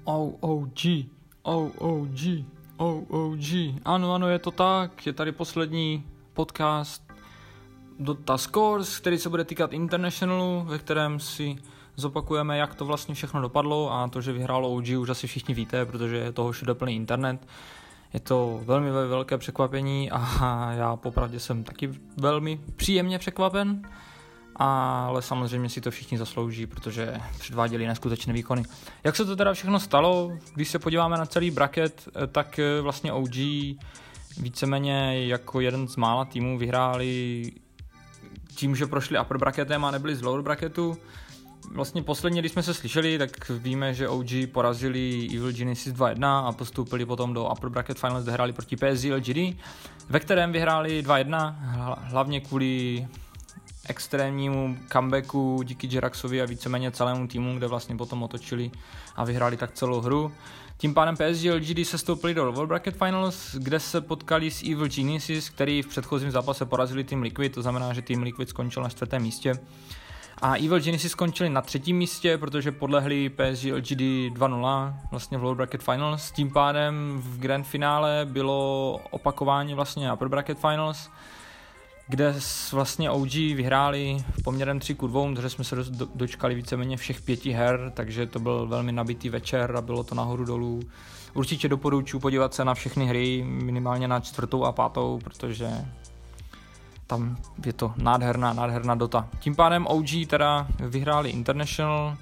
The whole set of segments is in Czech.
OOG, OOG, OOG. Ano, je to tak, je tady poslední podcast Dota Scores, který se bude týkat Internationalu, ve kterém si zopakujeme, jak to vlastně všechno dopadlo, a to, že vyhrálo OG, už asi všichni víte, protože je toho všude plný internet. Je to velmi velké překvapení a já popravdě jsem taky velmi příjemně překvapen, ale samozřejmě si to všichni zaslouží, protože předváděli neskutečné výkony. Jak se to teda všechno stalo? Když se podíváme na celý bracket, tak vlastně OG víceméně jako jeden z mála týmů vyhráli tím, že prošli upper bracketem a nebyli z lower bracketu. Vlastně posledně, když jsme se slyšeli, tak víme, že OG porazili Evil Genesis 2-1 a postoupili potom do upper bracket finals, kde hráli proti PSG LGD, ve kterém vyhráli 2-1, hlavně kvůli extrémnímu comebacku díky Jeraxovi a víceméně celému týmu, kde vlastně potom otočili a vyhráli tak celou hru. Tím pádem PSG LGD se stoupili do lower bracket finals, kde se potkali s Evil Genesis, který v předchozím zápase porazili Team Liquid, to znamená, že Team Liquid skončil na 4. místě. A Evil Genesis skončili na 3. místě, protože podlehli PSG LGD 2-0 vlastně v lower bracket finals. Tím pádem v grand finále bylo opakování vlastně upper bracket finals, kde vlastně OG vyhráli poměrem 3-2, takže jsme se dočkali víceméně všech 5 her, takže to byl velmi nabitý večer a bylo to nahoru dolů. Určitě doporučuji podívat se na všechny hry, minimálně na 4. a 5., protože tam je to nádherná Dota. Tím pádem OG teda vyhráli International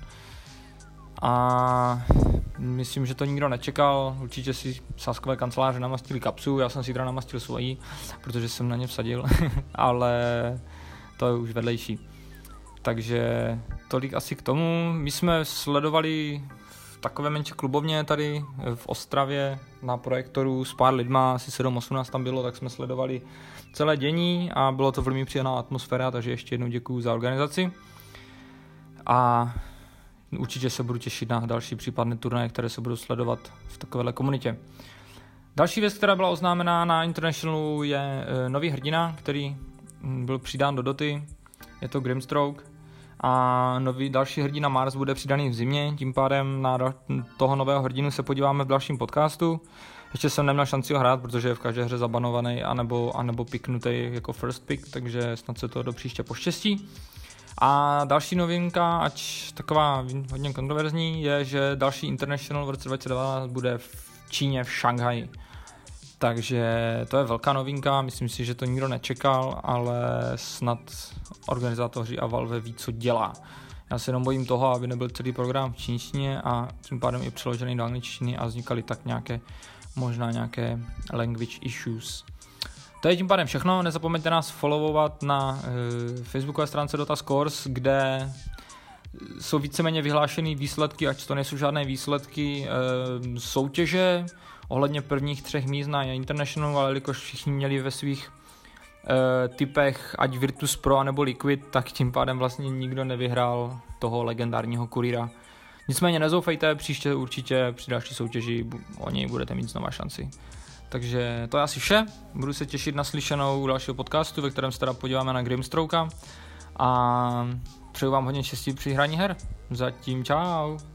a myslím, že to nikdo nečekal. Určitě si sáskové kanceláře namastili kapsu, já jsem si teda namastil svoji, protože jsem na ně vsadil, ale to je už vedlejší. Takže tolik asi k tomu. My jsme sledovali v takové menší klubovně tady v Ostravě na projektoru s pár lidma, asi 7-18 tam bylo, tak jsme sledovali celé dění a bylo to velmi příjemná atmosféra, takže ještě jednou děkuju za organizaci. A určitě se budu těšit na další případné turnaje, které se budou sledovat v takovéhle komunitě. Další věc, která byla oznámená na Internationalu, je nový hrdina, který byl přidán do Doty. Je to Grimstroke. A další hrdina Mars bude přidaný v zimě, tím pádem na toho nového hrdinu se podíváme v dalším podcastu. Ještě jsem neměl šanci ho hrát, protože je v každé hře zabanovaný anebo piknutý jako first pick, takže snad se to do příště poštěstí. A další novinka, ať taková hodně kontroverzní, je, že další International v roce 2012 bude v Číně, v Šanghaji. Takže to je velká novinka, myslím si, že to nikdo nečekal, ale snad organizátoři a Valve ví, co dělá. Já se jenom bojím toho, aby nebyl celý program v čínštině a tím pádem i přeložený do angličtiny a vznikaly tak možná nějaké language issues. To je tím pádem všechno, nezapomeňte nás followovat na facebookové stránce Dota Scores, kde jsou víceméně vyhlášený výsledky, ať to nejsou žádné výsledky soutěže ohledně prvních 3 míst na International, ale jelikož všichni měli ve svých typech ať Virtus Pro anebo Liquid, tak tím pádem vlastně nikdo nevyhrál toho legendárního kurýra. Nicméně nezoufejte, příště určitě při další soutěži o něj budete mít znova šanci. Takže to je asi vše, budu se těšit na slyšenou dalšího podcastu, ve kterém se teda podíváme na Grimstrokea a přeju vám hodně štěstí při hraní her. Zatím čau.